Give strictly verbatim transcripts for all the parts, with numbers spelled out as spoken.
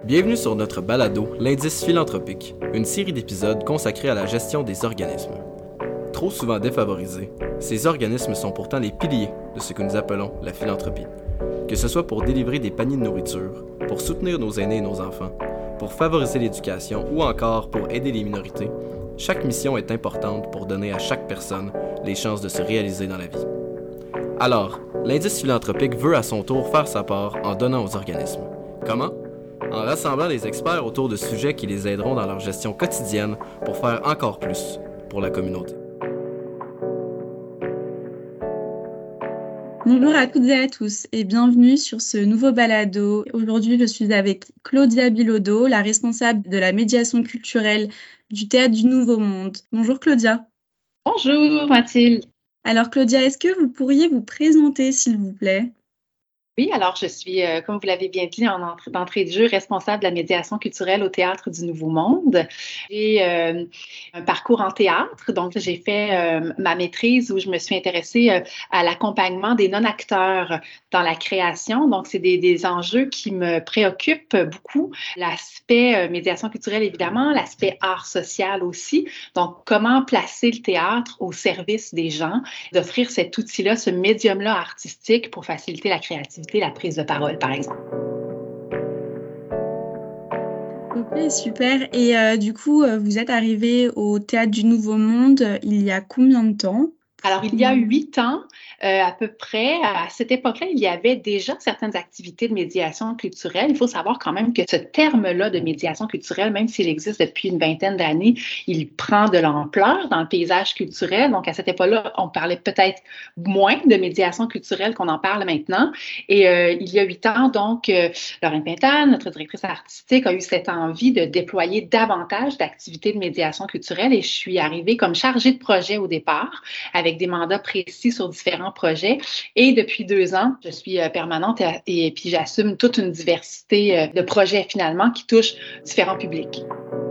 Bienvenue sur notre balado, l'Indice philanthropique, une série d'épisodes consacrés à la gestion des organismes. Trop souvent défavorisés, ces organismes sont pourtant les piliers de ce que nous appelons la philanthropie. Que ce soit pour délivrer des paniers de nourriture, pour soutenir nos aînés et nos enfants, pour favoriser l'éducation ou encore pour aider les minorités, chaque mission est importante pour donner à chaque personne les chances de se réaliser dans la vie. Alors, l'Indice philanthropique veut à son tour faire sa part en donnant aux organismes. Comment? En rassemblant les experts autour de sujets qui les aideront dans leur gestion quotidienne pour faire encore plus pour la communauté. Bonjour à toutes et à tous et bienvenue sur ce nouveau balado. Aujourd'hui, je suis avec Claudia Bilodeau, la responsable de la médiation culturelle du Théâtre du Nouveau Monde. Bonjour Claudia. Bonjour Mathilde. Alors Claudia, est-ce que vous pourriez vous présenter s'il vous plaît? Oui, alors je suis, euh, comme vous l'avez bien dit en entrée, d'entrée de jeu, responsable de la médiation culturelle au Théâtre du Nouveau Monde. J'ai euh, un parcours en théâtre, donc j'ai fait euh, ma maîtrise où je me suis intéressée euh, à l'accompagnement des non-acteurs dans la création. Donc, c'est des, des enjeux qui me préoccupent beaucoup. L'aspect euh, médiation culturelle, évidemment, l'aspect art social aussi. Donc, comment placer le théâtre au service des gens, d'offrir cet outil-là, ce médium-là artistique pour faciliter la créativité, la prise de parole, par exemple. Ok, super. Et euh, du coup, euh, vous êtes arrivé au Théâtre du Nouveau Monde euh, il y a combien de temps? Alors, il y a huit ans, euh, à peu près, à cette époque-là, il y avait déjà certaines activités de médiation culturelle. Il faut savoir quand même que ce terme-là de médiation culturelle, même s'il existe depuis une vingtaine d'années, il prend de l'ampleur dans le paysage culturel. Donc, à cette époque-là, on parlait peut-être moins de médiation culturelle qu'on en parle maintenant. Et euh, il y a huit ans, donc, euh, Lorraine Pintal, notre directrice artistique, a eu cette envie de déployer davantage d'activités de médiation culturelle et je suis arrivée comme chargée de projet au départ, avec des mandats précis sur différents projets. Et depuis deux ans, je suis permanente et, et puis j'assume toute une diversité de projets finalement qui touchent différents publics.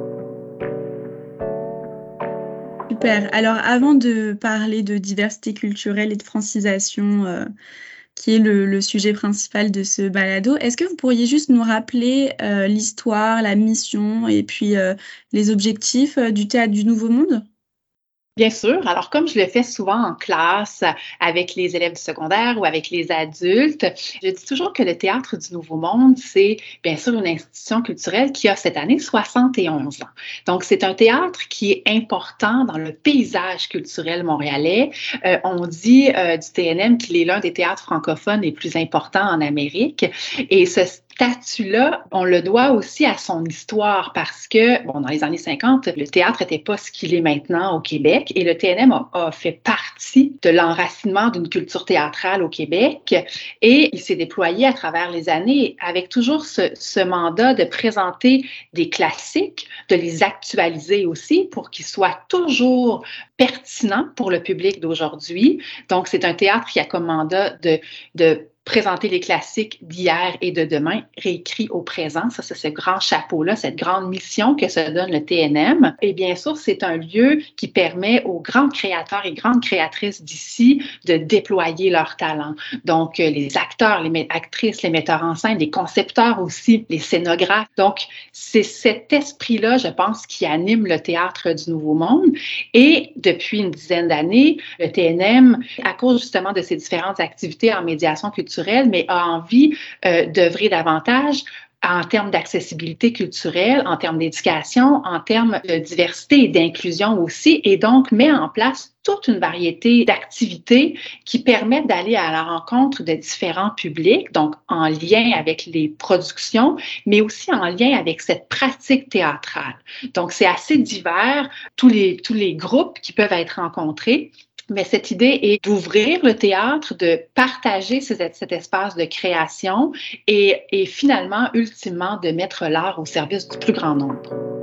Super. Alors, avant de parler de diversité culturelle et de francisation, euh, qui est le, le sujet principal de ce balado, est-ce que vous pourriez juste nous rappeler euh, l'histoire, la mission et puis euh, les objectifs euh, du Théâtre du Nouveau Monde? Bien sûr. Alors, comme je le fais souvent en classe avec les élèves du secondaire ou avec les adultes, je dis toujours que le Théâtre du Nouveau Monde, c'est bien sûr une institution culturelle qui a cette année soixante et onze ans. Donc, c'est un théâtre qui est important dans le paysage culturel montréalais. Euh, on dit euh, du T N M qu'il est l'un des théâtres francophones les plus importants en Amérique. Et ce statut-là, on le doit aussi à son histoire parce que, bon, dans les années cinquante, le théâtre n'était pas ce qu'il est maintenant au Québec et le T N M a, a fait partie de l'enracinement d'une culture théâtrale au Québec et il s'est déployé à travers les années avec toujours ce, ce mandat de présenter des classiques, de les actualiser aussi pour qu'ils soient toujours pertinents pour le public d'aujourd'hui. Donc, c'est un théâtre qui a comme mandat de, de présenter les classiques d'hier et de demain, réécrits au présent. Ça, c'est ce grand chapeau-là, cette grande mission que se donne le T N M. Et bien sûr, c'est un lieu qui permet aux grands créateurs et grandes créatrices d'ici de déployer leurs talents. Donc, les acteurs, les actrices, les metteurs en scène, les concepteurs aussi, les scénographes. Donc, c'est cet esprit-là, je pense, qui anime le Théâtre du Nouveau Monde. Et depuis une dizaine d'années, le T N M, à cause justement de ses différentes activités en médiation culturelle, mais a envie euh, d'œuvrer davantage en termes d'accessibilité culturelle, en termes d'éducation, en termes de diversité et d'inclusion aussi, et donc met en place toute une variété d'activités qui permettent d'aller à la rencontre de différents publics, donc en lien avec les productions, mais aussi en lien avec cette pratique théâtrale. Donc, c'est assez divers, tous les, tous les groupes qui peuvent être rencontrés. Mais cette idée est d'ouvrir le théâtre, de partager cet, cet espace de création et, et finalement, ultimement, de mettre l'art au service du plus grand nombre.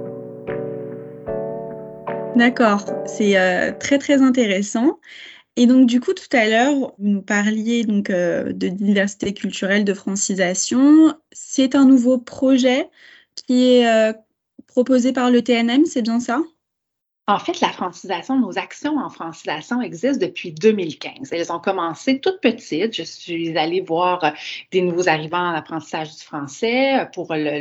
D'accord, c'est euh, très très intéressant. Et donc du coup, tout à l'heure, vous nous parliez donc, euh, de diversité culturelle, de francisation. C'est un nouveau projet qui est euh, proposé par le T N M, c'est bien ça? En fait, la francisation, nos actions en francisation existent depuis deux mille quinze. Elles ont commencé toutes petites. Je suis allée voir des nouveaux arrivants en apprentissage du français pour le, leur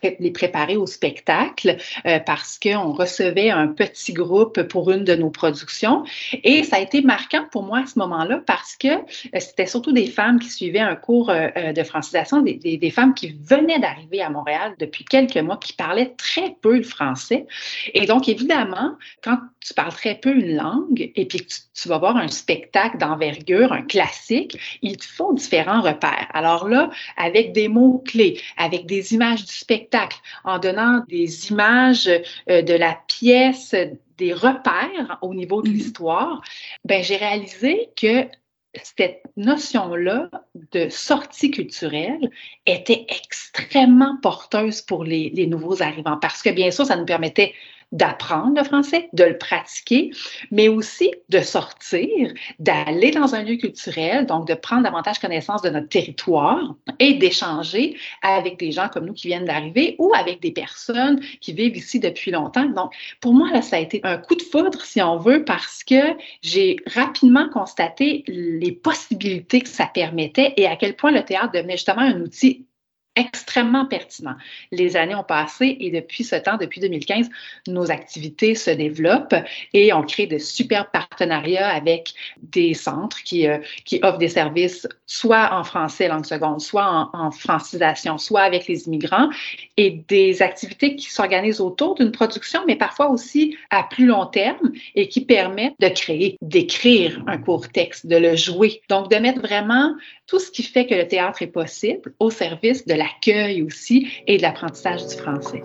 les préparer au spectacle euh, parce qu'on recevait un petit groupe pour une de nos productions. Et ça a été marquant pour moi à ce moment-là parce que euh, c'était surtout des femmes qui suivaient un cours euh, de francisation, des, des, des femmes qui venaient d'arriver à Montréal depuis quelques mois, qui parlaient très peu le français. Et donc, évidemment, quand tu parles très peu une langue et puis que tu, tu vas voir un spectacle d'envergure, un classique, il te faut différents repères. Alors là, avec des mots-clés, avec des images du spectacle, en donnant des images euh, de la pièce, des repères au niveau de l'histoire, ben j'ai réalisé que cette notion-là de sortie culturelle était extrêmement porteuse pour les, les nouveaux arrivants parce que, bien sûr, ça nous permettait d'apprendre le français, de le pratiquer, mais aussi de sortir, d'aller dans un lieu culturel, donc de prendre davantage connaissance de notre territoire et d'échanger avec des gens comme nous qui viennent d'arriver ou avec des personnes qui vivent ici depuis longtemps. Donc, pour moi, là, ça a été un coup de foudre, si on veut, parce que j'ai rapidement constaté les possibilités que ça permettait et à quel point le théâtre devenait justement un outil extrêmement pertinent. Les années ont passé et depuis ce temps, depuis deux mille quinze, nos activités se développent et on crée de superbes partenariats avec des centres qui, euh, qui offrent des services soit en français langue seconde, soit en, en francisation, soit avec les immigrants et des activités qui s'organisent autour d'une production, mais parfois aussi à plus long terme et qui permettent de créer, d'écrire un court texte, de le jouer. Donc, de mettre vraiment tout ce qui fait que le théâtre est possible au service de l'accueil aussi et de l'apprentissage du français.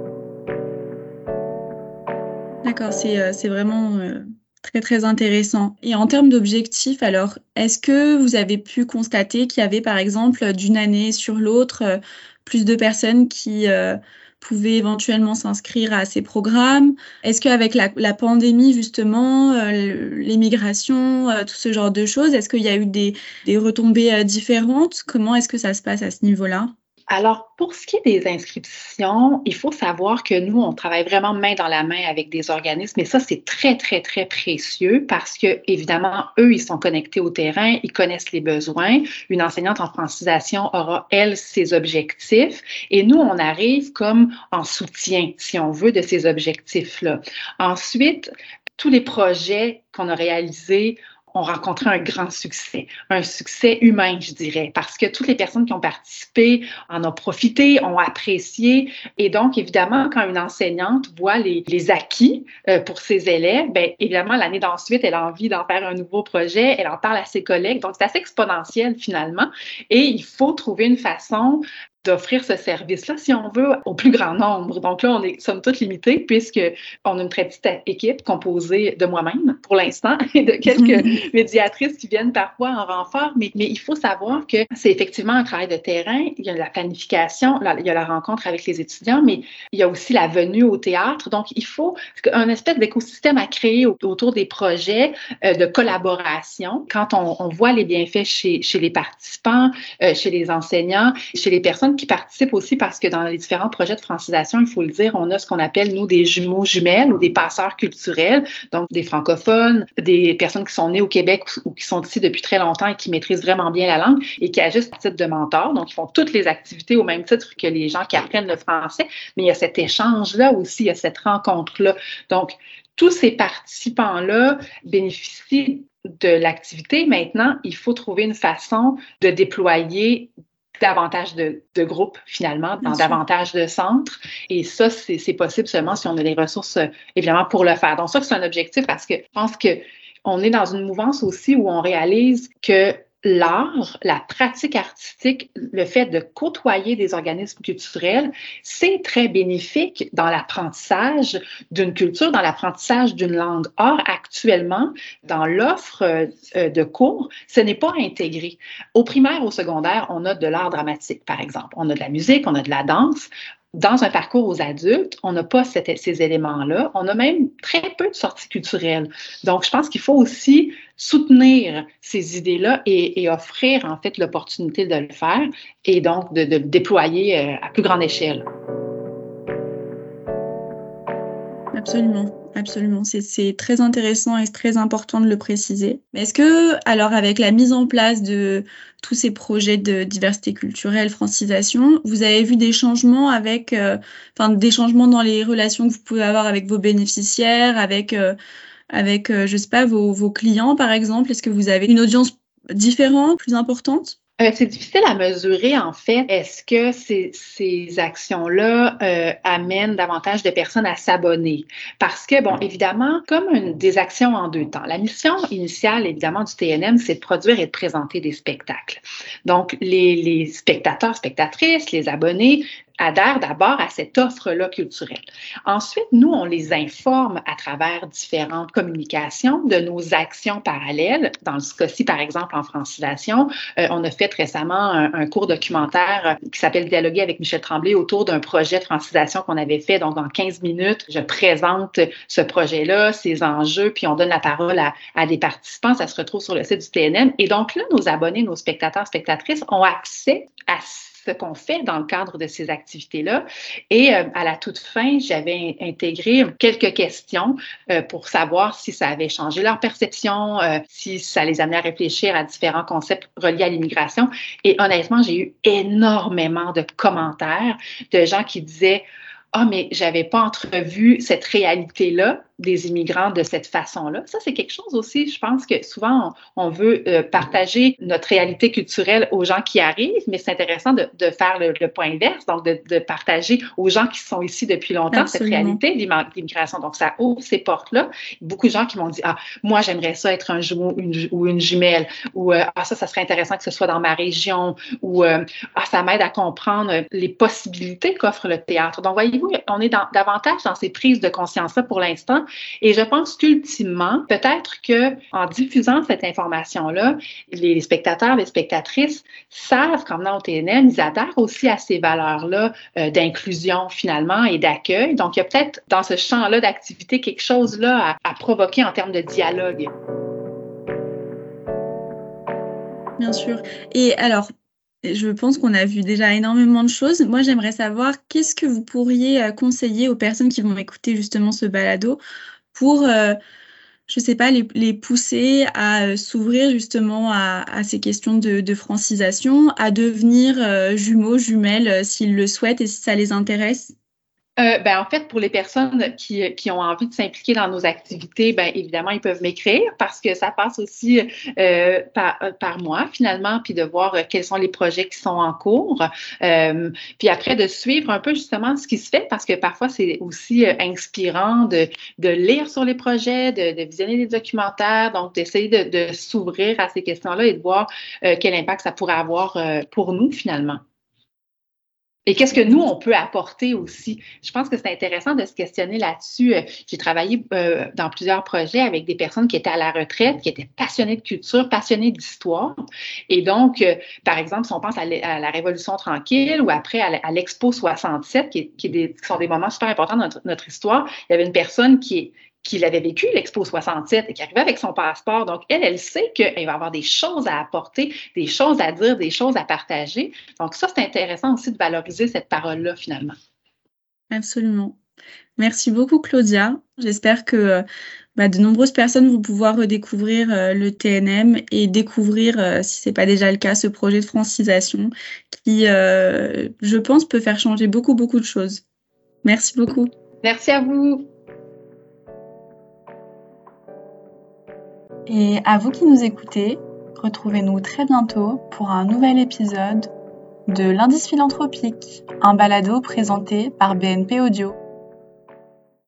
D'accord, c'est, euh, c'est vraiment euh, très, très intéressant. Et en termes d'objectifs, alors, est-ce que vous avez pu constater qu'il y avait, par exemple, d'une année sur l'autre, euh, plus de personnes qui euh, pouvaient éventuellement s'inscrire à ces programmes? Est-ce qu'avec la, la pandémie, justement, euh, l'émigration, euh, tout ce genre de choses, est-ce qu'il y a eu des, des retombées euh, différentes? Comment est-ce que ça se passe à ce niveau-là? Alors, pour ce qui est des inscriptions, il faut savoir que nous, on travaille vraiment main dans la main avec des organismes et ça, c'est très, très, très précieux parce que, évidemment, eux, ils sont connectés au terrain, ils connaissent les besoins. Une enseignante en francisation aura, elle, ses objectifs et nous, on arrive comme en soutien, si on veut, de ces objectifs-là. Ensuite, tous les projets qu'on a réalisés ont rencontré un grand succès, un succès humain, je dirais, parce que toutes les personnes qui ont participé en ont profité, ont apprécié. Et donc, évidemment, quand une enseignante voit les, les acquis euh, pour ses élèves, bien, évidemment, l'année d'ensuite, elle a envie d'en faire un nouveau projet, elle en parle à ses collègues. Donc, c'est assez exponentiel, finalement. Et il faut trouver une façon d'offrir ce service-là, si on veut, au plus grand nombre. Donc là, on est somme toute limité puisqu'on a une très petite équipe composée de moi-même, pour l'instant, et de quelques médiatrices qui viennent parfois en renfort. Mais, mais il faut savoir que c'est effectivement un travail de terrain. Il y a la planification, la, il y a la rencontre avec les étudiants, mais il y a aussi la venue au théâtre. Donc, il faut un espèce d'écosystème à créer autour des projets euh, de collaboration. Quand on, on voit les bienfaits chez, chez les participants, euh, chez les enseignants, chez les personnes qui participent aussi parce que dans les différents projets de francisation, il faut le dire, on a ce qu'on appelle, nous, des jumeaux jumelles ou des passeurs culturels, donc des francophones, des personnes qui sont nées au Québec ou qui sont ici depuis très longtemps et qui maîtrisent vraiment bien la langue et qui agissent à titre de mentor. Donc, ils font toutes les activités au même titre que les gens qui apprennent le français, mais il y a cet échange-là aussi, il y a cette rencontre-là. Donc, tous ces participants-là bénéficient de l'activité. Maintenant, il faut trouver une façon de déployer davantage de, de groupes, finalement, dans davantage de centres. Et ça, c'est, c'est possible seulement si on a les ressources, évidemment, pour le faire. Donc ça, c'est un objectif parce que je pense qu'on est dans une mouvance aussi où on réalise que l'art, la pratique artistique, le fait de côtoyer des organismes culturels, c'est très bénéfique dans l'apprentissage d'une culture, dans l'apprentissage d'une langue. Or, actuellement, dans l'offre de cours, ce n'est pas intégré. Au primaire, au secondaire, on a de l'art dramatique, par exemple. On a de la musique, on a de la danse. Dans un parcours aux adultes, on n'a pas cette, ces éléments-là. On a même très peu de sorties culturelles. Donc, je pense qu'il faut aussi soutenir ces idées-là et, et offrir, en fait, l'opportunité de le faire et donc de, de le déployer à plus grande échelle. Absolument, absolument. C'est, c'est très intéressant et c'est très important de le préciser. Mais est-ce que, alors, avec la mise en place de tous ces projets de diversité culturelle, francisation, vous avez vu des changements avec, euh, enfin, des changements dans les relations que vous pouvez avoir avec vos bénéficiaires, avec, euh, avec, euh, je sais pas, vos, vos clients, par exemple? Est-ce que vous avez une audience différente, plus importante? Euh, c'est difficile à mesurer, en fait. Est-ce que ces, ces actions-là euh, amènent davantage de personnes à s'abonner? Parce que, bon, évidemment, comme une, des actions en deux temps. La mission initiale, évidemment, du T N M, c'est de produire et de présenter des spectacles. Donc, les, les spectateurs, spectatrices, les abonnés adhèrent d'abord à cette offre-là culturelle. Ensuite, nous, on les informe à travers différentes communications de nos actions parallèles. Dans ce cas-ci, par exemple, en francisation, euh, on a fait récemment un, un court documentaire qui s'appelle « Dialoguer avec Michel Tremblay » autour d'un projet de francisation qu'on avait fait. Donc, dans quinze minutes, je présente ce projet-là, ses enjeux, puis on donne la parole à, à des participants. Ça se retrouve sur le site du T N M. Et donc là, nos abonnés, nos spectateurs, spectatrices ont accès à ce qu'on fait dans le cadre de ces activités-là. Et euh, à la toute fin, j'avais intégré quelques questions euh, pour savoir si ça avait changé leur perception, euh, si ça les amenait à réfléchir à différents concepts reliés à l'immigration. Et honnêtement, j'ai eu énormément de commentaires de gens qui disaient « Ah, mais j'avais pas entrevu cette réalité-là des immigrants de cette façon-là. » Ça, c'est quelque chose aussi, je pense que souvent, on, on veut euh, partager notre réalité culturelle aux gens qui arrivent, mais c'est intéressant de, de faire le, le point inverse, donc de, de partager aux gens qui sont ici depuis longtemps Absolument. Cette réalité d'immigration. Donc, ça ouvre ces portes-là. Beaucoup de gens qui m'ont dit « Ah, moi, j'aimerais ça être un jumeau une, ou une jumelle » ou euh, « Ah, ça, ça serait intéressant que ce soit dans ma région » ou euh, « Ah, ça m'aide à comprendre les possibilités qu'offre le théâtre. » Donc, voyez-vous, on est dans, davantage dans ces prises de conscience-là pour l'instant. Et je pense qu'ultimement, peut-être qu'en diffusant cette information-là, les spectateurs, les spectatrices savent qu'en venant au T N M, ils adhèrent aussi à ces valeurs-là euh, d'inclusion finalement et d'accueil. Donc, il y a peut-être dans ce champ-là d'activité quelque chose là à, à provoquer en termes de dialogue. Bien sûr. Et alors, je pense qu'on a vu déjà énormément de choses. Moi, j'aimerais savoir qu'est-ce que vous pourriez conseiller aux personnes qui vont écouter justement ce balado pour, euh, je sais pas, les, les pousser à euh, s'ouvrir justement à, à ces questions de, de francisation, à devenir euh, jumeaux, jumelles, euh, s'ils le souhaitent et si ça les intéresse. Euh, ben, en fait, pour les personnes qui, qui ont envie de s'impliquer dans nos activités, ben, évidemment, ils peuvent m'écrire parce que ça passe aussi euh, par, par moi, finalement, puis de voir euh, quels sont les projets qui sont en cours. Euh, puis après, de suivre un peu justement ce qui se fait parce que parfois, c'est aussi euh, inspirant de, de lire sur les projets, de, de visionner des documentaires, donc d'essayer de, de s'ouvrir à ces questions-là et de voir euh, quel impact ça pourrait avoir euh, pour nous, finalement. Et qu'est-ce que nous, on peut apporter aussi? Je pense que c'est intéressant de se questionner là-dessus. J'ai travaillé euh, dans plusieurs projets avec des personnes qui étaient à la retraite, qui étaient passionnées de culture, passionnées d'histoire. Et donc, euh, par exemple, si on pense à, à la Révolution tranquille ou après à, à l'Expo soixante-sept, qui, est, qui, est des, qui sont des moments super importants dans notre, notre histoire, il y avait une personne qui est qui l'avait vécu, l'Expo soixante-sept, et qui arrivait avec son passeport. Donc, elle, elle sait qu'elle va avoir des choses à apporter, des choses à dire, des choses à partager. Donc, ça, c'est intéressant aussi de valoriser cette parole-là, finalement. Absolument. Merci beaucoup, Claudia. J'espère que bah, de nombreuses personnes vont pouvoir redécouvrir euh, le T N M et découvrir, euh, si ce n'est pas déjà le cas, ce projet de francisation qui, euh, je pense, peut faire changer beaucoup, beaucoup de choses. Merci beaucoup. Merci à vous. Et à vous qui nous écoutez, retrouvez-nous très bientôt pour un nouvel épisode de l'Indice philanthropique, un balado présenté par B N P Audio.